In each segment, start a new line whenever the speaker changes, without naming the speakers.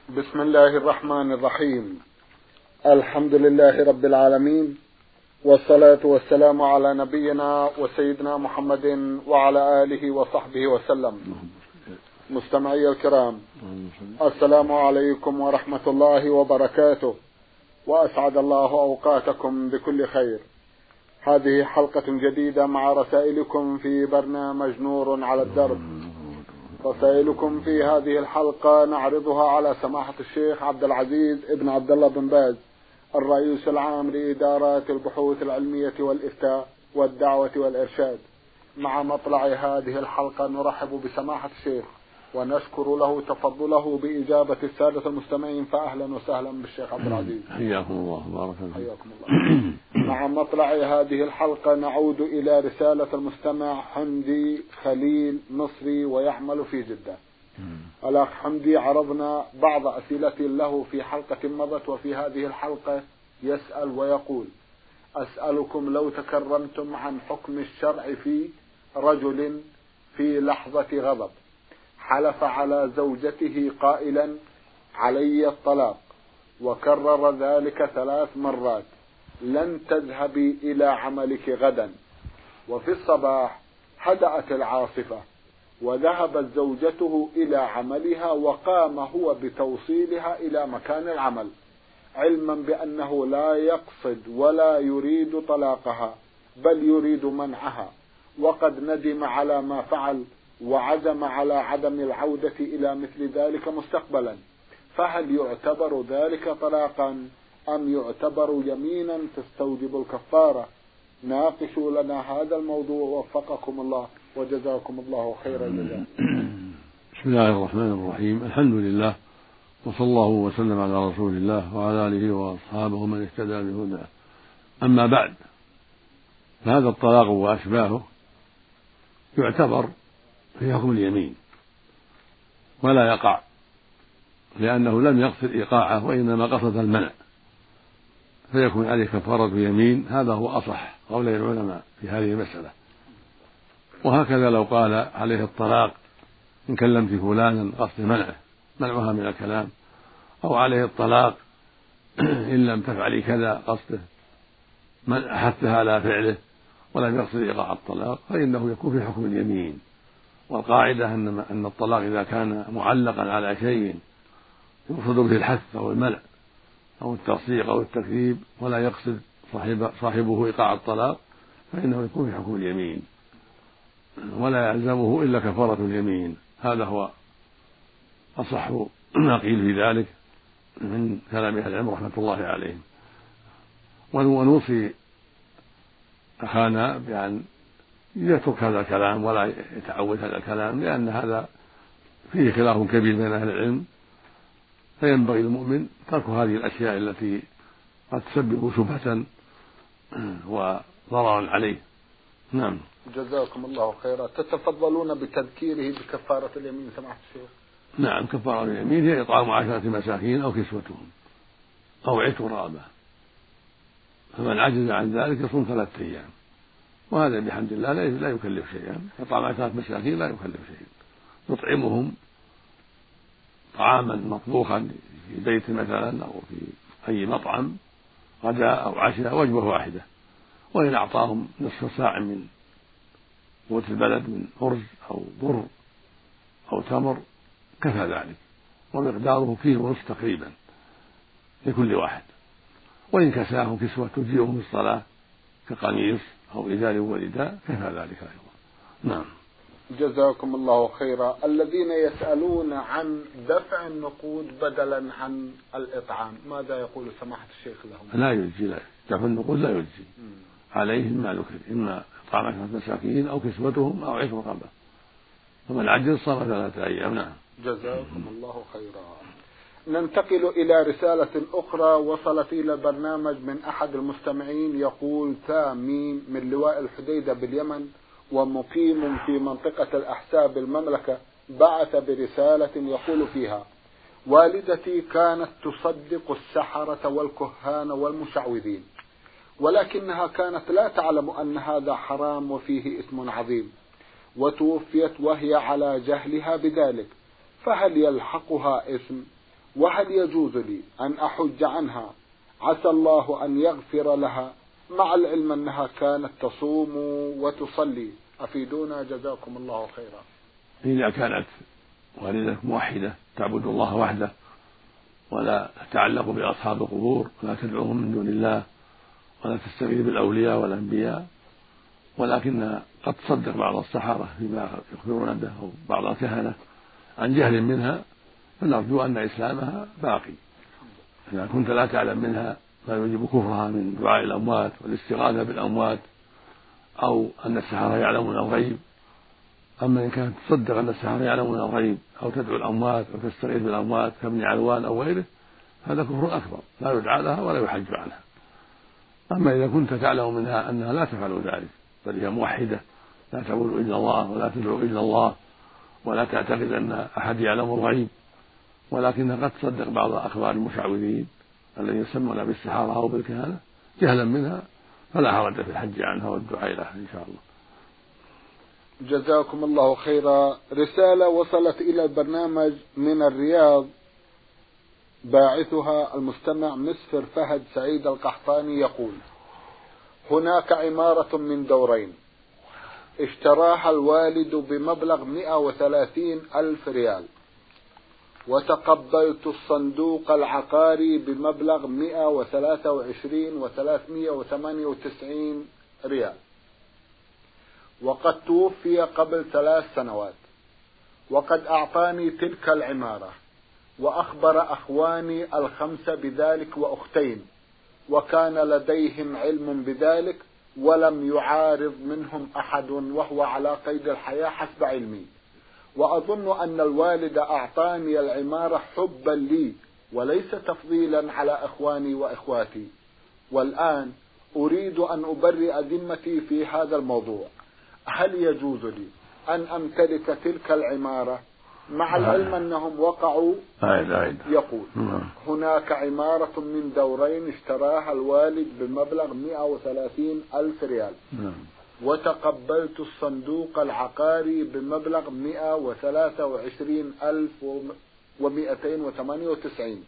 بسم الله الرحمن الرحيم. الحمد لله رب العالمين، والصلاة والسلام على نبينا وسيدنا محمد وعلى آله وصحبه وسلم. مستمعي الكرام، السلام عليكم ورحمة الله وبركاته، وأسعد الله أوقاتكم بكل خير. هذه حلقة جديدة مع رسائلكم في برنامج نور على الدرب. رسائلكم في هذه الحلقة نعرضها على سماحة الشيخ عبد العزيز ابن عبد الله بن باز، الرئيس العام لإدارات البحوث العلمية والإفتاء والدعوة والإرشاد. مع مطلع هذه الحلقة نرحب بسماحة الشيخ ونشكر له تفضله بإجابة السادة المستمعين، فأهلا وسهلا بالشيخ عبد العزيز.
حياكم الله بارك الله.
حياكم الله. مع مطلع هذه الحلقة نعود إلى رسالة المستمع حمدي خليل مصري ويعمل في جدة. الأخ حمدي عرضنا بعض أسئلة له في حلقة مضت، وفي هذه الحلقة يسأل ويقول: أسألكم لو تكرمتم عن حكم الشرع في رجل في لحظة غضب حلف على زوجته قائلا علي الطلاق، وكرر ذلك 3 مرات: لن تذهبي إلى عملك غدا. وفي الصباح هدأت العاصفة وذهبت زوجته إلى عملها، وقام هو بتوصيلها إلى مكان العمل، علما بأنه لا يقصد ولا يريد طلاقها بل يريد منعها، وقد ندم على ما فعل وعزم على عدم العودة إلى مثل ذلك مستقبلا. فهل يعتبر ذلك طلاقا أم يعتبر يمينا تستوجب الكفارة؟ ناقشوا لنا هذا الموضوع وفقكم الله وجزاكم الله خير الجزاء.
بسم الله الرحمن الرحيم. الحمد لله، وصلى الله وسلم على رسول الله وعلى آله وأصحابه من اهتدى بهداه. أما بعد، فهذا الطلاق وأشباهه يعتبر في حكم اليمين ولا يقع، لأنه لم يقصد إيقاعه وإنما قصد المنع، فيكون عليه كفارة يمين. هذا هو أصح قولي العلماء في هذه المسألة. وهكذا لو قال عليه الطلاق إن كلمت فلانا قصد منعها من الكلام، أو عليه الطلاق إن لم تفعلي كذا قصده حثها على فعله ولم يقصد إيقاع الطلاق، فإنه يكون في حكم اليمين. والقاعدة أن الطلاق إذا كان معلقا على شيء يقصد به الحث أو المنع أو التصديق أو التكذيب ولا يقصد صاحبه إيقاع الطلاق، فإنه يكون في حكم اليمين ولا يلزمه إلا كفارة اليمين. هذا هو أصح ما قيل في ذلك من كلام أهل العلم رحمة الله عليهم. ونوصي أخانا بأن يترك هذا الكلام ولا يتعود هذا الكلام، لأن هذا فيه خلاف كبير بين أهل العلم، فينبغي المؤمن ترك هذه الأشياء التي قد تسبب شبهة وضررا عليه. نعم.
جزاكم الله خيرا. تتفضلون بتذكيره بكفارة اليمين سماحة الشيخ؟
نعم، كفارة اليمين هي إطعام 10 مساكين أو كسوتهم أو عتق رقبة، فمن عجز عن ذلك يصوم 3 أيام، وهذا بحمد الله لا يكلف شيئا. إطعام 10 مساكين لا يكلف شيئا، يطعمهم طعاما مطبوخا في بيت مثلا أو في أي مطعم، غداء أو عشاء، وجبة واحدة. وإن أعطاهم نصف ساع من قوت البلد من أرز أو بر أو تمر كفى ذلك، ومقداره 1.5 كيلو تقريبا لكل واحد. وإن كساهم كسوة تجزئهم في الصلاة كقميص أو إزار ورداء كفى ذلك أيضا. نعم.
جزاكم الله خيرا. الذين يسألون عن دفع النقود بدلا عن الإطعام، ماذا يقول سماحة الشيخ لهم؟
لا يجزي، دفع النقود لا يجزي، عليهم ما ذكر، إما إطعام 10 مساكين أو كسوتهم أو عتق رقبة، فمن عجز صام 3 أيام. نعم.
جزاكم الله خيرا. ننتقل إلى رسالة أخرى وصلت إلى البرنامج من أحد المستمعين، يقول: تاميم من لواء الحديدة باليمن ومقيم في منطقة الأحساء بالمملكة، بعث برسالة يقول فيها: والدتي كانت تصدق السحرة والكهان والمشعوذين، ولكنها كانت لا تعلم أن هذا حرام وفيه إثم عظيم، وتوفيت وهي على جهلها بذلك، فهل يلحقها إثم؟ وهل يجوز لي أن أحج عنها عسى الله أن يغفر لها، مع العلم أنها كانت تصوم وتصلي؟ أفيدونا جزاكم الله خيرا.
إذا كانت والدة موحدة تعبد الله وحده ولا تتعلق بأصحاب القبور ولا تدعوهم من دون الله ولا تستغيث بالأولياء والأنبياء، ولكنها قد تصدق بعض السحرة فيما يخبرون به أو بعض الكهنة عن جهل منها، فنرجو أن إسلامها باقي. إذا كنت لا تعلم منها ما يوجب كفرها من دعاء الأموات والاستغاثة بالأموات أو أن السحرة يعلمون الغيب. أما إن كانت تصدق أن السحرة يعلمون الغيب أو تدعو الأموات أو تستغيث بالأموات كابن علوان أو غيره، هذا كفر أكبر لا يدعى لها ولا يحج عنها. أما إذا كنت تعلم منها أنها لا تفعل ذلك بل هي موحدة لا تعبد إلا الله ولا تدعو إلا الله ولا تعتقد أن أحد يعلم الغيب، ولكنها قد تصدق بعض أخبار المشعوذين الذين يسمون بالسحرة أو بالكهنة جهلا منها، فلا حرج في الحج عنها والدعاء لها إن شاء الله.
جزاكم الله خيرا. رسالة وصلت إلى البرنامج من الرياض، باعثها المستمع مسفر فهد سعيد القحطاني، يقول: هناك عمارة من دورين اشتراها الوالد بمبلغ 130,000 ريال، وتقبلت الصندوق العقاري بمبلغ 123,398 ريال، وقد توفي قبل 3 سنوات، وقد أعطاني تلك العمارة وأخبر أخواني 5 بذلك وأختين، وكان لديهم علم بذلك ولم يعارض منهم أحد وهو على قيد الحياة حسب علمي، وأظن أن الوالد أعطاني العمارة حبا لي وليس تفضيلا على إخواني وإخواتي، والآن أريد أن أبرئ ذمتي في هذا الموضوع. هل يجوز لي أن أمتلك تلك العمارة مع العلم أنهم وقعوا؟ يقول: هناك عمارة من دورين اشتراها الوالد بمبلغ 130,000 ريال، وتقبلت الصندوق العقاري بمبلغ 123,298،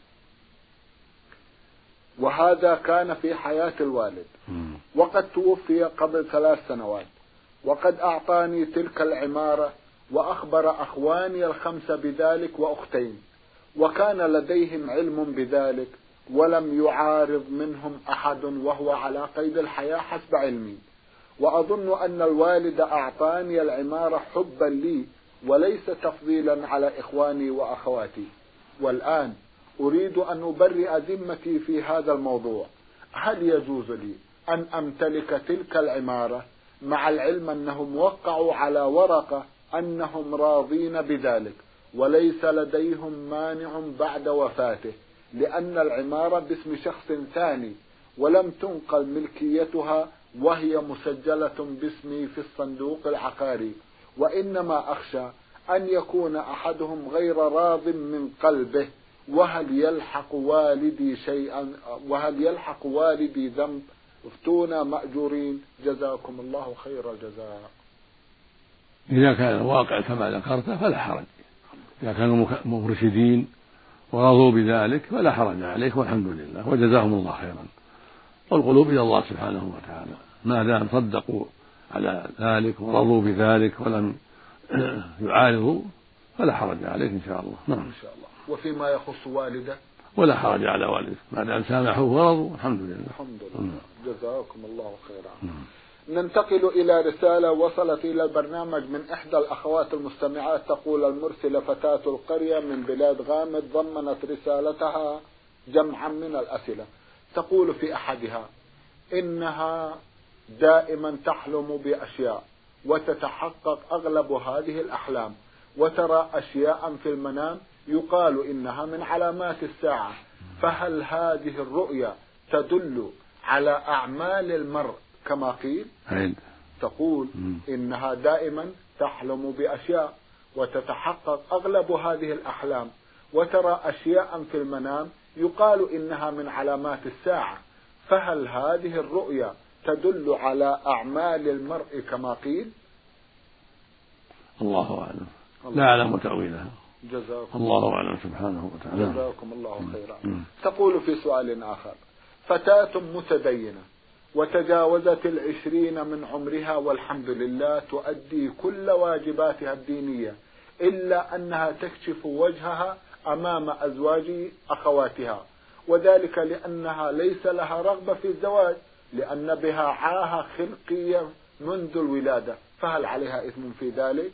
وهذا كان في حياة الوالد، وقد توفي قبل 3 سنوات، وقد أعطاني تلك العمارة وأخبر أخواني 5 بذلك وأختين، وكان لديهم علم بذلك ولم يعارض منهم أحد وهو على قيد الحياة حسب علمي، وأظن أن الوالد أعطاني العمارة حبا لي وليس تفضيلا على إخواني وأخواتي، والآن أريد أن أبرئ ذمتي في هذا الموضوع. هل يجوز لي أن أمتلك تلك العمارة مع العلم أنهم وقعوا على ورقة أنهم راضين بذلك وليس لديهم مانع بعد وفاته، لأن العمارة باسم شخص ثاني ولم تنقل ملكيتها وهي مسجلة باسمي في الصندوق العقاري، وإنما أخشى أن يكون أحدهم غير راض من قلبه، وهل يلحق والدي ذنب؟ افتونا مأجورين جزاكم الله خير الجزاء.
إذا كان الواقع كما ذكرت فلا حرج، إذا كانوا مرشدين ورضوا بذلك فلا حرج عليك، والحمد لله وجزاهم الله خيرا، والقلوب إلى الله سبحانه وتعالى، ما دام صدقوا على ذلك ورضوا بذلك ولم يعارضوا فلا حرج عليك إن شاء الله. نعم
إن شاء الله. وفيما يخص والده
ولا حرج على والده ما دام سامحوا ورضوا، الحمد لله.
الحمد لله. جزاكم الله خيرا. ننتقل إلى رسالة وصلت إلى البرنامج من إحدى الأخوات المستمعات، تقول المرسلة فتاة القرية من بلاد غامد، ضمنت رسالتها جمعا من الأسئلة. تقول في أحدها: إنها دائما تحلم بأشياء وتتحقق أغلب هذه الأحلام، وترى أشياء في المنام يقال إنها من علامات الساعة، فهل هذه الرؤيا تدل على أعمال المرء كما قيل؟ تقول إنها دائما تحلم بأشياء وتتحقق أغلب هذه الأحلام، وترى أشياء في المنام يقال إنها من علامات الساعة، فهل هذه الرؤيا تدل على أعمال المرء كما قيل؟
الله أعلم، لا أعلم تأويلها. الله أعلم سبحانه وتعالى.
جزاكم الله خيرا. تقول في سؤال آخر: فتاة متدينة وتجاوزت 20 من عمرها والحمد لله تؤدي كل واجباتها الدينية، إلا أنها تكشف وجهها أمام أزواج أخواتها، وذلك لأنها ليس لها رغبة في الزواج لأن بها عاهة خلقية منذ الولادة، فهل عليها إثم في ذلك؟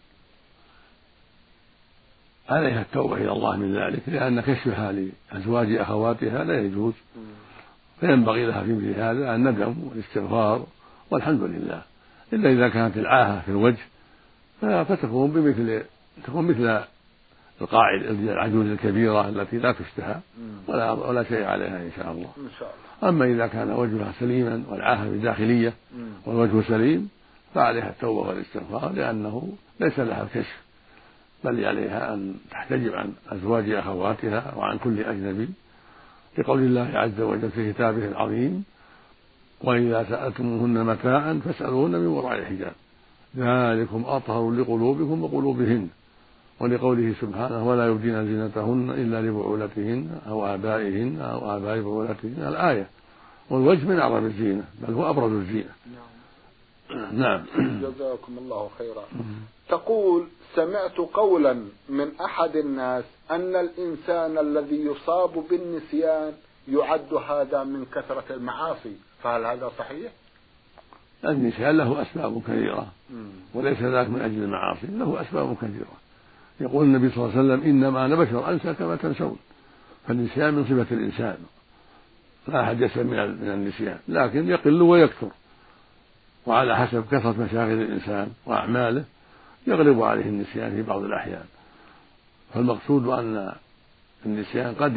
عليها التوبة إلى الله من ذلك، لأن كشفها لأزواج أخواتها لا يجوز، فينبغي لها في مثل هذا الندم والاستغفار والحمد لله، إلا إذا كانت العاهة في الوجه فتكون مثل القاعد العجوز الكبيرة التي لا تشتهى ولا شيء عليها إن شاء الله. أما إذا كان وجهها سليما والعاهة بداخلية والوجه سليم فعليها التوبة والاستغفار، لأنه ليس لها الكشف، بل عليها أن تحتجب عن أزواج أخواتها وعن كل أجنبي، لقول الله عز وجل في كتابه العظيم: وإذا سألتموهن متاعا فاسألوهن من وراء حجاب ذلكم أطهر لقلوبكم وقلوبهن، ولقوله سبحانه: ولا يبدين زينتهن إلا لبعولتهن أو آبائهن أو آباء بعولتهن، الآية. والوجه من أعظم الزينة بل هو أبرز الزينة. نعم.
جزاكم الله خيرا. تقول: سمعت قولا من أحد الناس أن الإنسان الذي يصاب بالنسيان يعد هذا من كثرة المعاصي، فهل هذا صحيح؟
النسيان له أسباب كثيرة وليس ذاك من أجل المعاصي، له أسباب كثيرة. يقول النبي صلى الله عليه وسلم: إنما أنا بشر أنسى كما تنسون. فالنسيان من صفة الإنسان، لا أحد يسلم من النسيان، لكن يقل ويكثر، وعلى حسب كثرة مشاغل الإنسان وأعماله يغلب عليه النسيان في بعض الأحيان. فالمقصود أن النسيان قد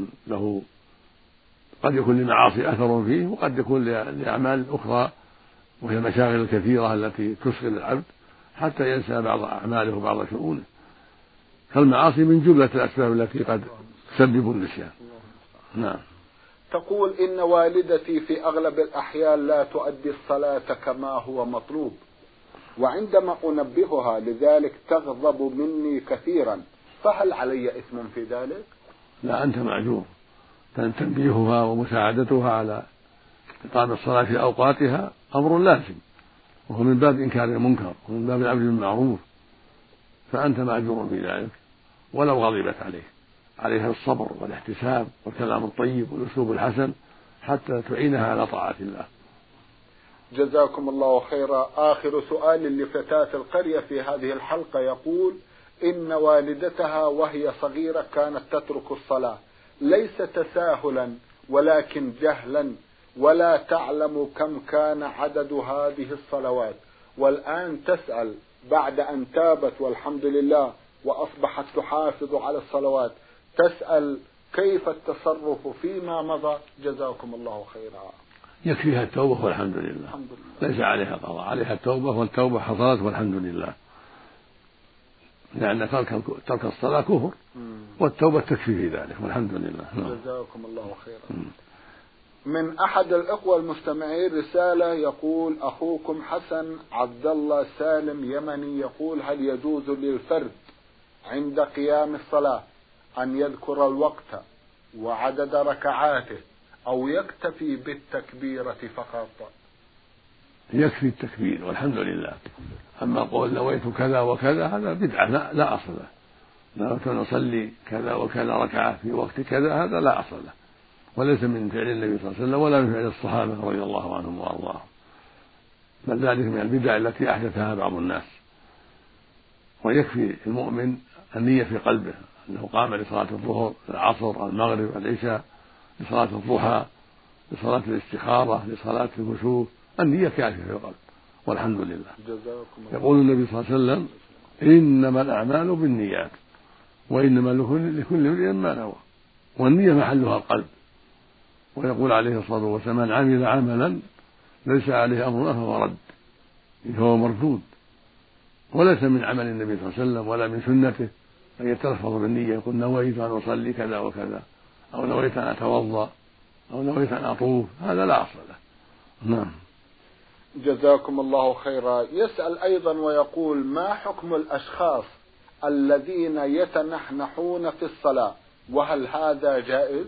يكون لمعاصي أثر فيه، وقد يكون لأعمال أخرى وهي المشاغل الكثيرة التي تشغل العبد حتى ينسى بعض أعماله وبعض شؤونه، فالمعاصي من جملة الأسباب التي قد تسبب النسيان. نعم.
تقول: إن والدتي في أغلب الأحيان لا تؤدي الصلاة كما هو مطلوب، وعندما أنبهها لذلك تغضب مني كثيرا، فهل علي إثم في ذلك؟
لا، أنت معذور. تنبيهها ومساعدتها على إقامة الصلاة في أوقاتها أمر لازم، وهو من باب إنكار المنكر ومن باب الأمر بالمعروف، فأنت معذور في ذلك ولو غضبت عليها الصبر والاحتساب والكلام الطيب والأسلوب الحسن حتى تعينها على طاعة الله.
جزاكم الله خيرا. آخر سؤال لفتاة القرية في هذه الحلقة يقول: إن والدتها وهي صغيرة كانت تترك الصلاة ليس تساهلا ولكن جهلا، ولا تعلم كم كان عدد هذه الصلوات، والآن تسأل بعد أن تابت والحمد لله وأصبحت تحافظ على الصلوات، تسأل كيف التصرف فيما مضى؟ جزاكم الله خيرا.
يكفيها التوبة والحمد لله، ليس عليها قضاء، عليها التوبة، والتوبة حصلت والحمد لله، لأن ترك الصلاة كفر، والتوبة تكفي في ذلك والحمد لله.
جزاكم الله خيرا. من أحد الإخوة المستمعين رسالة يقول: أخوكم حسن عبد الله سالم يمني يقول: هل يجوز للفرد عند قيام الصلاة أن يذكر الوقت وعدد ركعاته أو يكتفي بالتكبيرة فقط؟
يكفي التكبير والحمد لله. أما قول نويت كذا وكذا هذا بدعة لا أصل له. نويت أن أصلي كذا وكذا ركعة في وقت كذا هذا لا أصل له، وليس من فعل النبي صلى الله عليه وسلم ولا من فعل الصحابة رضي الله عنهم وأرضاهم، بل ذلك من البدع التي أحدثها بعض الناس. ويكفي المؤمن النية في قلبه أنه قام لصلاة الظهر العصر المغرب العشاء، لصلاة الضحى، لصلاة الاستخارة، لصلاة الكسوف، النية كافية في القلب والحمد لله. يقول النبي صلى الله عليه وسلم: إنما الأعمال بالنيات وإنما لكل امرئ ما نوى، والنية محلها القلب. ويقول عليه الصلاة والسلام: من عمل عملا ليس عليه أمرنا فهو رد، فهو مردود. وليس من عمل النبي صلى الله عليه وسلم ولا من سنته أن يتلفظ بالنية، يقول نويت أن أصلي كذا وكذا، أو نويت أن أتوضأ، أو نويت أن أطوف، هذا لا أصل له. نعم.
جزاكم الله خيرا. يسأل أيضا ويقول: ما حكم الأشخاص الذين يتنحنحون في الصلاة، وهل هذا جائز؟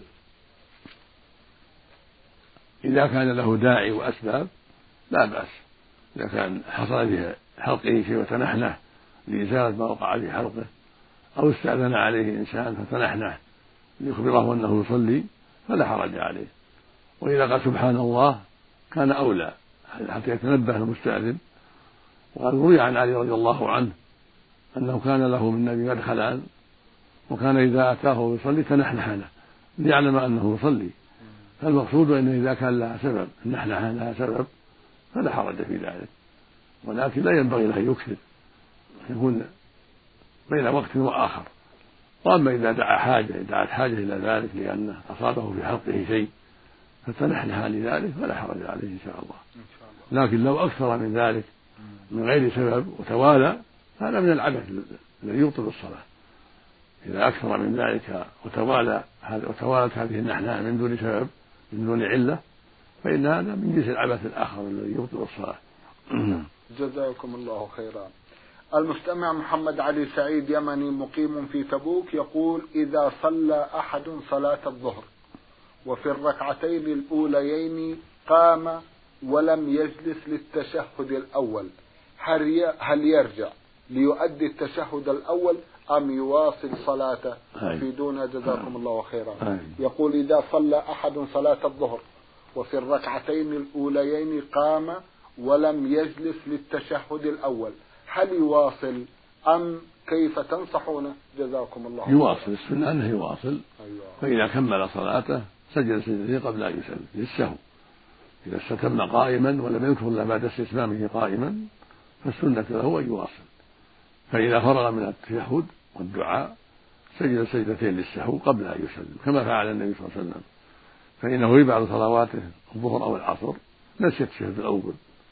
إذا كان له داعي وأسباب لا بأس. إذا كان حصل في حلقه شيء وتنحنح لإزالة ما وقع في حلقه، أو استأذن عليه إنسان فتنحنح ليخبره أنه يصلي فلا حرج عليه. وإذا قال سبحان الله كان أولى حتى يتنبه المستأذن. وقد روي عن علي رضي الله عنه أنه كان له من النبي مدخلان، وكان إذا أتاه يصلي تنحنح له ليعلم أنه يصلي. فالمقصود أنه إذا كان لها سبب، النحنحة لها سبب، فلا حرج في ذلك، ولكن لا ينبغي له يكثر، يكون بين وقت وآخر. وأما إذا دعت حاجة إلى ذلك لأنه أصابه في حلقه شيء فتنحنح لذلك فلا حرج عليه إن شاء الله. لكن لو أكثر من ذلك من غير سبب وتوالى هذا من العبث الذي يبطل الصلاة. إذا أكثر من ذلك وتوالت هذه النحناء من دون سبب من دون علة فإن هذا من جنس العبث الآخر الذي يبطل الصلاة.
جزاكم الله خيرا. المستمع محمد علي سعيد يمني مقيم في تبوك يقول: إذا صلى أحد صلاة الظهر وفي الركعتين الأوليين قام ولم يجلس للتشهد الأول، هل يرجع ليؤدي التشهد الأول أم يواصل صلاته؟ أفيدونا جزاكم الله خيرا. يقول: إذا صلى أحد صلاة الظهر وفي الركعتين الأوليين قام ولم يجلس للتشهد الأول، هل يواصل أم كيف تنصحونه؟ جزاكم الله خيرا.
يواصل، السنة أنه يواصل. فإذا كمل صلاته سجد سجدتين قبل أن يسلم للسهو. إذا استتم قائما ولم يذكر إلا بعد استتمامه قائما فالسنة له أن يواصل. فإذا فرغ من التشهد والدعاء سجد سجدتين للسهو قبل أن يسلم كما فعل النبي صلى الله عليه وسلم. فإنه في بعض صلواته الظهر أو العصر نسي التشهد الأول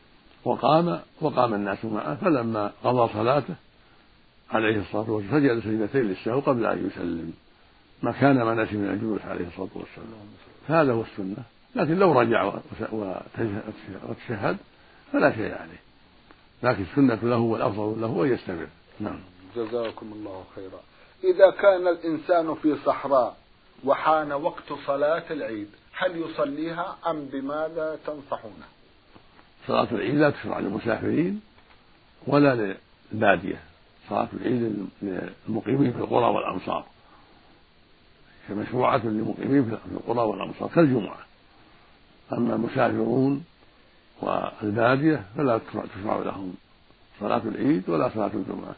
وقام الناس معه، فلما قضى صلاته عليه الصلاة والسلام سجد سجدتين للسهو قبل أن يسلم مكان ما نسي من الجلوس عليه الصلاة والسلام. هذا هو السنة. لكن لو رجع وتشهد فلا شيء عليه، لكن السنة له والأفضل له أن يستمر. نعم.
جزاكم الله خيرا. إذا كان الإنسان في صحراء وحان وقت صلاة العيد هل يصليها أم بماذا تنصحونه؟
صلاة العيد لا تشرع للمسافرين ولا للبادية. صلاة العيد للمقيمين في القرى والأمصار، مشروعة للمقيمين في القرى والأمصار كالجمعة. أما المسافرون والبادية فلا تشرع لهم صلاة العيد ولا صلاة الجمعة.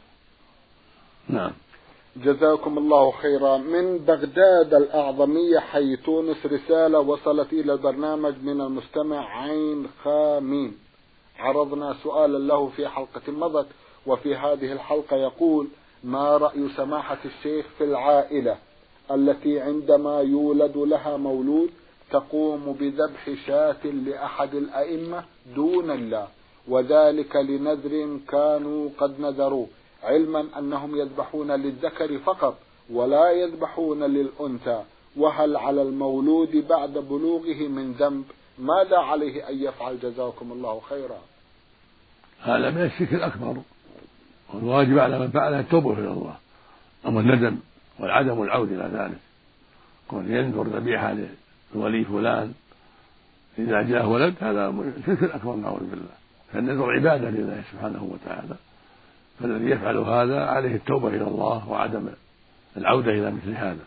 نعم.
جزاكم الله خيرا. من بغداد الأعظمية حي تونس رسالة وصلت إلى البرنامج من المستمع عين خامين. عرضنا سؤالا له في حلقة مضت، وفي هذه الحلقة يقول: ما رأي سماحة الشيخ في العائلة التي عندما يولد لها مولود تقوم بذبح شاة لأحد الأئمة دون الله، وذلك لنذر كانوا قد نذروه، علما أنهم يذبحون للذكر فقط ولا يذبحون للأنثى، وهل على المولود بعد بلوغه من ذنب؟ ماذا عليه أن يفعل؟ جزاكم الله خيرا.
هذا من الشرك الأكبر، والواجب على من فعله التوبة إلى الله، أما الندم والعدم العود إلى ذلك. كون ينذر ذبيحة لولي فلان إذا جاء ولد هذا شرك الأكبر نعوذ بالله. فالنذر عبادة لله سبحانه وتعالى، فالذي يفعل هذا عليه التوبة إلى الله وعدم العودة إلى مثل هذا.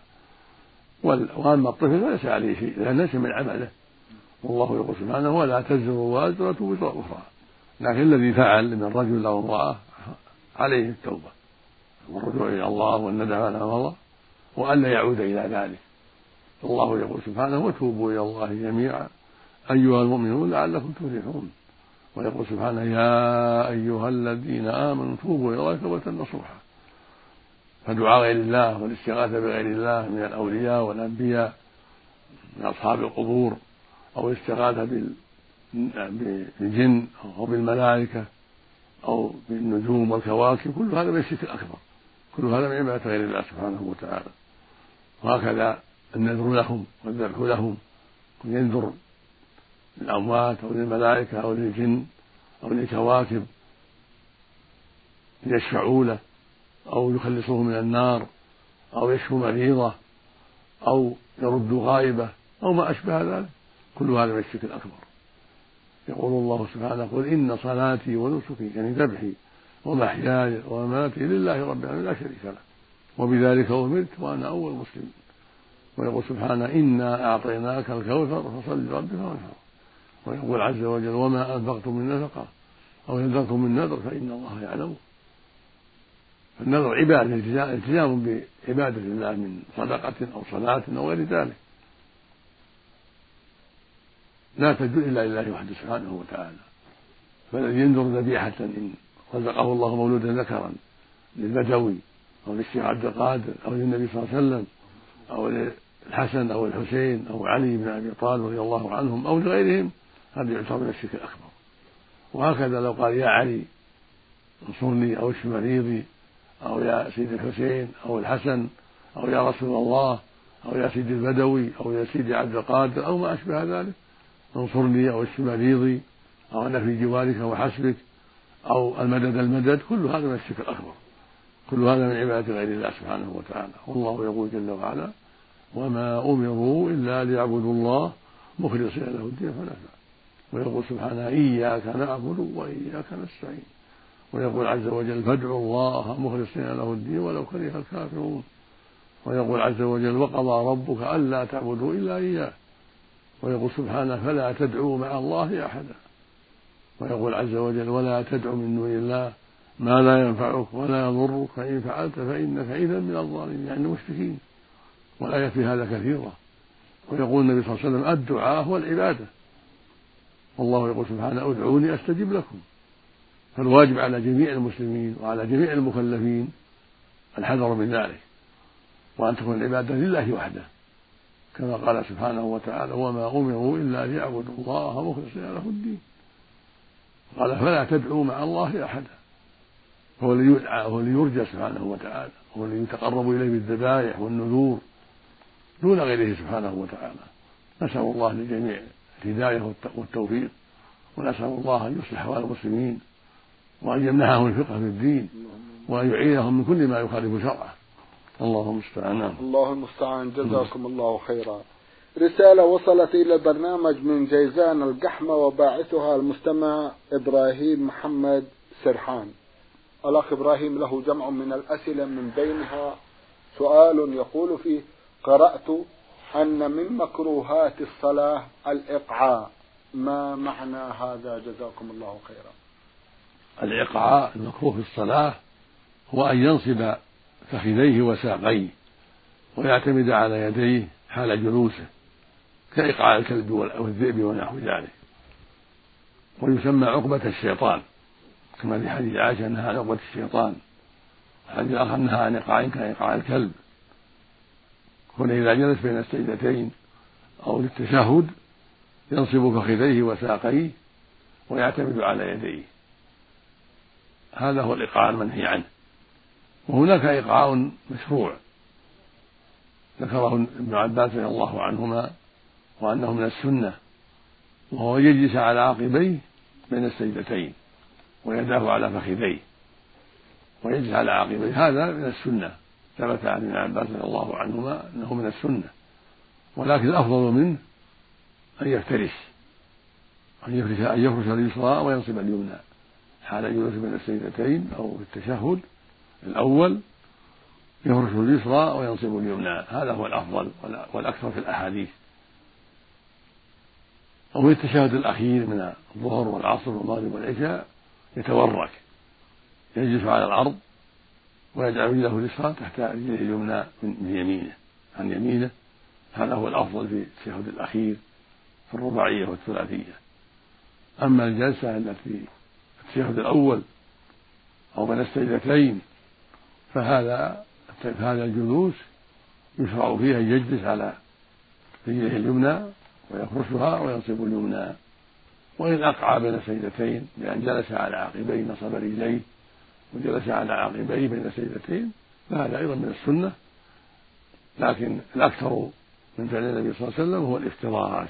وأما الطفل فليس عليه شيء لأنه ليس من عمله، والله يقول سبحانه: ولا تزر وازرة وزر أخرى. لكن الذي فعل من رجل أو امرأة عليه التوبة والرجوع إلى الله والندم على ما مضى وألا يعود إلى ذلك. الله يقول سبحانه: وتوبوا إلى الله جميعا أيها المؤمنون لعلكم تفلحون. ويقول سبحانه: يا أيها الذين آمنوا توبوا إلى الله توبة نصوحا. فدعاء غير الله والاستغاثة بغير الله من الأولياء والأنبياء من أصحاب القبور أو الاستغاثة بالجن أو بالملائكة أو بالنجوم والكواكب كل هذا من الشرك الأكبر، كل هذا من عبادة غير الله سبحانه وتعالى. وهكذا النذر لهم والذبح لهم، ينذر للأموات أو للملائكة أو للجن أو للكواكب يشفعوا له أو يخلصه من النار أو يشفو مريضة أو يرد غائبة أو ما أشبه ذلك، كل هذا من الشرك الأكبر. يقول الله سبحانه: قل إن صلاتي ونسكي، يعني ذبحي ومحياي ومماتي لله رب العالمين لا شريك له وبذلك أمرت وأنا أول مسلم. ويقول سبحانه: إنا أعطيناك الكوثر فصل لربك وانحر. ويقول عز وجل: وما أنفقتم من نفقة أو نذرتم من نذر فإن الله يعلمه. فالنذر عبادة، التزام بعبادة الله من صدقة أو صلاة أو غير ذلك، لا تدل إلا لله وحده سبحانه وتعالى. فالذي ينذر ذبيحة إن رزقه الله مولودا ذكرا للبدوي أو للشيخ عبد القادر أو للنبي صلى الله عليه وسلم أو للحسن أو الحسين أو علي بن أبي طالب رضي الله عنهم أو لغيرهم، هذا يعتبر من الشرك الأكبر. وهكذا لو قال: يا علي انصرني أو اشف مريضي أو يا سيد الحسين أو الحسن أو يا رسول الله أو يا سيد البدوي أو يا سيد عبد القادر أو ما أشبه ذلك، انصرني أو اشف مريضي أو أنا في جوارك وحسبك أو المدد، كل هذا من الشرك الأكبر، كل هذا من عبادة غير الله سبحانه وتعالى. والله يقول جل وعلا: وما أمروا إلا ليعبدوا الله مخلصين له الدين حنفاء. ويقول سبحانه: إياك نعبد وإياك نستعين. ويقول عز وجل: فادعوا الله مخلصين له الدين ولو كره الكافرون. ويقول عز وجل: وقضى ربك ألا تعبدوا إلا إياه. ويقول سبحانه: فلا تدعوا مع الله أحدا. ويقول عز وجل: ولا تدع من دون الله ما لا ينفعك ولا يضرك فإن فعلت فإنك إذا من الظالمين، يعني المشركين. والآية في هذا كثيرة. ويقول النبي صلى الله عليه وسلم: الدعاء هو العبادة. والله يقول سبحانه: ادعوني أستجب لكم. فالواجب على جميع المسلمين وعلى جميع المكلفين الحذر من ذلك، وأن تكون العبادة لله وحده، كما قال سبحانه وتعالى: وما أمروا إلا ليعبدوا الله مخلصين له الدين. قال: فلا تدعوا مع الله أحدا. هو الذي يدعى، هو الذي يرجى سبحانه وتعالى، هو الذي يتقرب إليه بالذبائح والنذور دون غيره سبحانه وتعالى. نسأل الله للجميع الهداية والتوفيق، ونسأل الله أن يصلح أحوال المسلمين وأن يمنحهم الفقه في الدين وأن يعينهم من كل ما يخالف شرعه. اللهم المستعان.
الله المستعان. جزاكم الله خيرا. رسالة وصلت إلى البرنامج من جيزان القحمة وباعثها المستمع إبراهيم محمد سرحان. الأخ إبراهيم له جمع من الأسئلة، من بينها سؤال يقول فيه: قرأت أن من مكروهات الصلاة الإقعاء، ما معنى هذا؟ جزاكم الله خيرا.
الإقعاء المكروه في الصلاة هو أن ينصب فخذيه وساقيه ويعتمد على يديه حال جلوسه، كإقعاء الكلب والذئب ونحو ذلك. ويسمى عقبة الشيطان، كما في حديث عائشة أنها عقبة الشيطان، الحديث الآخر أنها عن إقعاء كإقعاء الكلب. هنا إذا جلس بين السجدتين أو للتشهد ينصب فخذيه وساقيه ويعتمد على يديه، هذا هو الإقعاء المنهي عنه. وهناك إقعاء مشروع ذكره ابن عباس رضي الله عنهما وأنه من السنة، وهو يجلس على عقبيه بين السجدتين ويداه على فخذيه ويجلس على عقبيه، هذا من السنة، ثبت عن ابن عباس رضي الله عنهما أنه من السنة. ولكن الأفضل منه أن يفترش اليسرى وينصب اليمنى حال جلوس بين السجدتين أو في التشهد الأول، يفرش اليسرى وينصب اليمنى، هذا هو الأفضل والأكثر في الأحاديث. أو في التشهد الأخير من الظهر والعصر والمغرب والعشاء يتورك، يجلس على الأرض ويجعل رجله اليسرى تحت رجله اليمنى من يمينه عن يمينه، هذا هو الأفضل في التشهد الأخير في الرباعية والثلاثية. أما الجلسة التي في التشهد الأول أو بين السجدتين فهذا الجلوس يشرع فيه أن يجلس على رجله اليمنى ويفرشها وينصب اليمنى. وإن أقعى بين السجدتين بأن جلس على عقبيه نصب رجليه وجلس على عقبيه بين السجدتين فهذا أيضا من السنة، لكن الأكثر من فعل النبي صلى الله عليه وسلم هو الافتراش.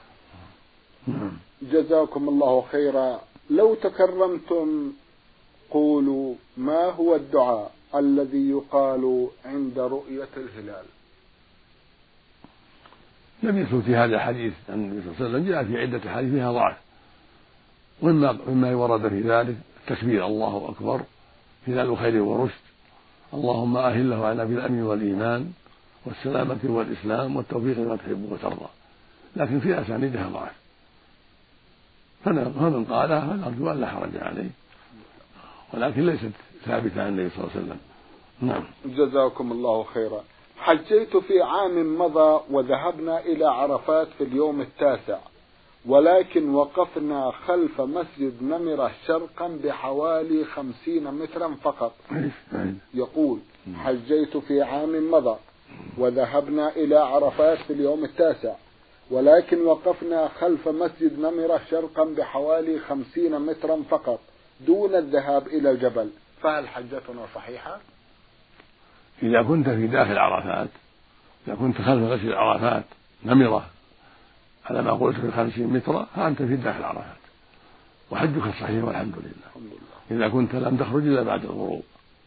جزاكم الله خيرا. لو تكرمتم قولوا ما هو الدعاء الذي يقال عند رؤية الهلال؟
لم يثبت في هذا الحديث عن النبي صلى الله عليه وسلم، جاء في عدة حديث فيها ضعف، مما ورد في ذلك التكبير الله أكبر هلال خير ورشد، اللهم أهله على بالأمن والإيمان والسلامة والإسلام والتوفيق لما تحب وترضى، لكن في أسانيدها ضعف، فمن قالها فنرجو أن لا حرج عليه، ولكن ليست ثابتة عن النبي صلى الله عليه وسلم. نعم.
جزاكم الله خيرا. حجيت في عام مضى وذهبنا إلى عرفات في اليوم 9، ولكن وقفنا خلف مسجد نمرة شرقا بحوالي 50 مترا فقط. يقول: حجيت في عام مضى وذهبنا إلى عرفات في اليوم 9، ولكن وقفنا خلف مسجد نمرة شرقا بحوالي 50 مترا فقط دون الذهاب إلى الجبل، فهل حجتنا صحيحة؟
إذا كنت في داخل عرفات، إذا كنت خلف مسجد عرفات نمرة على ما قلت في 50 متر، فأنت في داخل عرفات وحجك صحيح والحمد لله، إذا كنت لم تخرج إلا بعد الغروب.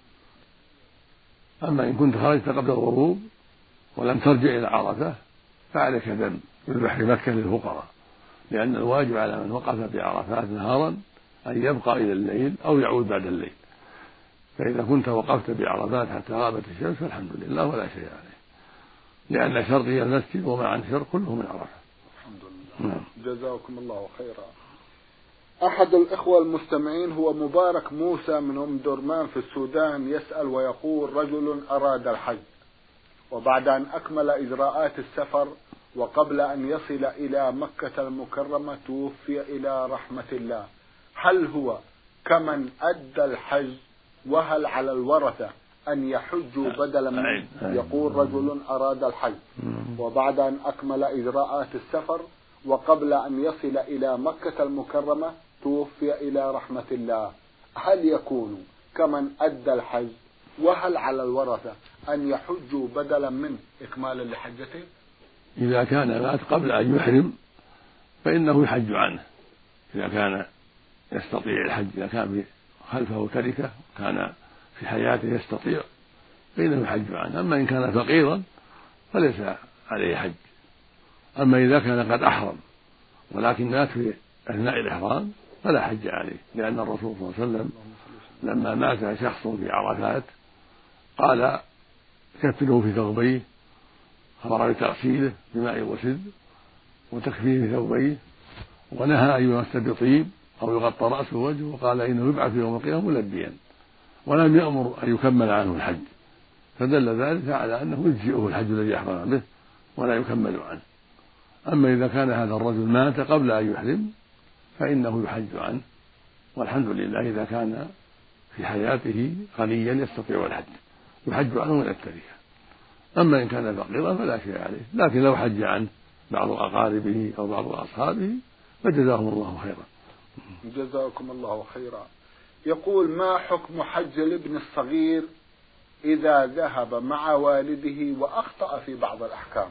أما إن كنت خرجت قبل الغروب ولم ترجع إلى عرفة فعليك دم يذبح في مكة للفقراء، لأن الواجب على من وقف بعرفات نهارا أن يبقى إلى الليل أو يعود بعد الليل، فإذا كنت وقفت بعرفات حتى غابت الشمس فالحمد لله ولا شيء عليه، لأن شرط هي المسجد وما عن شرط كله من عرفة.
الحمد لله. جزاكم الله خيرا. أحد الإخوة المستمعين هو مبارك موسى من أم درمان في السودان يسأل ويقول: رجل أراد الحج وبعد أن أكمل إجراءات السفر وقبل أن يصل إلى مكة المكرمة توفي إلى رحمة الله، هل هو كمن أدى الحج وهل على الورثة أن يحجوا بدلا منه؟ يقول: رجل أراد الحج وبعد أن أكمل إجراءات السفر وقبل أن يصل إلى مكة المكرمة توفي إلى رحمة الله، هل يكون كمن أدى الحج وهل على الورثة أن يحجوا بدلا منه إكمالا لحجته؟
إذا كان مات قبل أن يحرم فإنه يحج عنه، إذا كان يستطيع الحج، إذا كان خلفه تركة كان في حياته يستطيع فإنه يحج عنه، أما إن كان فقيرا فليس عليه حج. أما إذا كان قد أحرم ولكن مات في أثناء الإحرام فلا حج عليه، لأن الرسول صلى الله عليه وسلم لما مات شخص في عرفات قال: كفنه في ثوبيه، أمر بتغسيله بماء وسد وتكفيه في ثوبيه، ونهى أن يمس بطيب أو يغطى رأسه ووجهه، وقال: إنه يبعث يوم القيامة ملبيا، ولم يأمر أن يكمل عنه الحج، فدل ذلك على أنه يجزئه الحج الذي أحرم به ولا يكمل عنه. أما إذا كان هذا الرجل مات قبل أن يحرم فإنه يحج عنه، والحمد لله إذا كان في حياته غنيا يستطيع الحج يحج عنه من التركة. أما إن كان فقيرا فلا شيء عليه، لكن لو حج عنه بعض أقاربه أو بعض أصحابه فجزاهم الله خيرا.
جزاكم الله خيرا. يقول: ما حكم حج الابن الصغير إذا ذهب مع والده وأخطأ في بعض الأحكام؟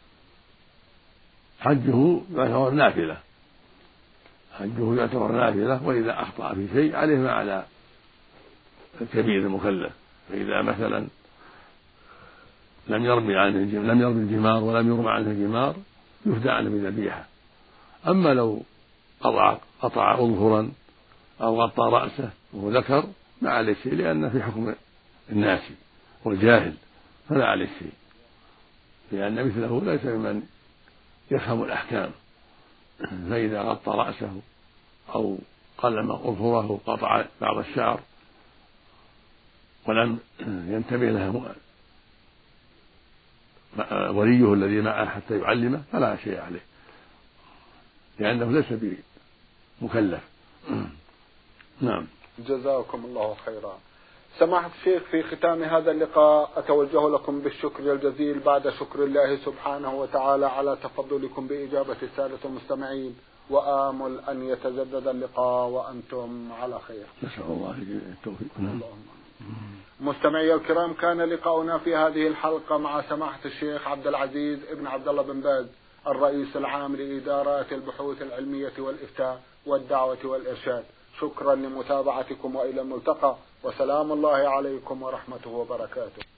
حجه يعتبر نافلة، حجه يعتبر نافلة، وإذا أخطأ في شيء عليه ما على الكبير المكلف، فإذا مثلا لم يرمي الجمار ولم يرمى عنه الجمار يفدى عنه بذبيحة. أما لو قطع أظفرا أو غطى رأسه وهو ذكر ما عليه شيء، لأنه في حكم الناس والجاهل فلا عليه شيء، لأن مثله ليس ممن يفهم الأحكام، فإذا غطى رأسه أو قلم أظفره قطع بعض الشعر ولم ينتبه له وليه الذي معه حتى يعلمه فلا شيء عليه، لأنه ليس بمكلف. نعم.
جزاكم الله خيرا. سماحة الشيخ، في ختام هذا اللقاء أتوجه لكم بالشكر الجزيل بعد شكر الله سبحانه وتعالى على تفضلكم بإجابة السادة المستمعين، وآمل أن يتجدد اللقاء وأنتم على خير.
نسأل الله التوفيق.
مستمعي الكرام، كان لقاؤنا في هذه الحلقة مع سماحة الشيخ عبد العزيز ابن عبد الله بن باز، الرئيس العام لإدارات البحوث العلمية والإفتاء والدعوة والإرشاد. شكرا لمتابعتكم وإلى الملتقى. وسلام الله عليكم ورحمته وبركاته.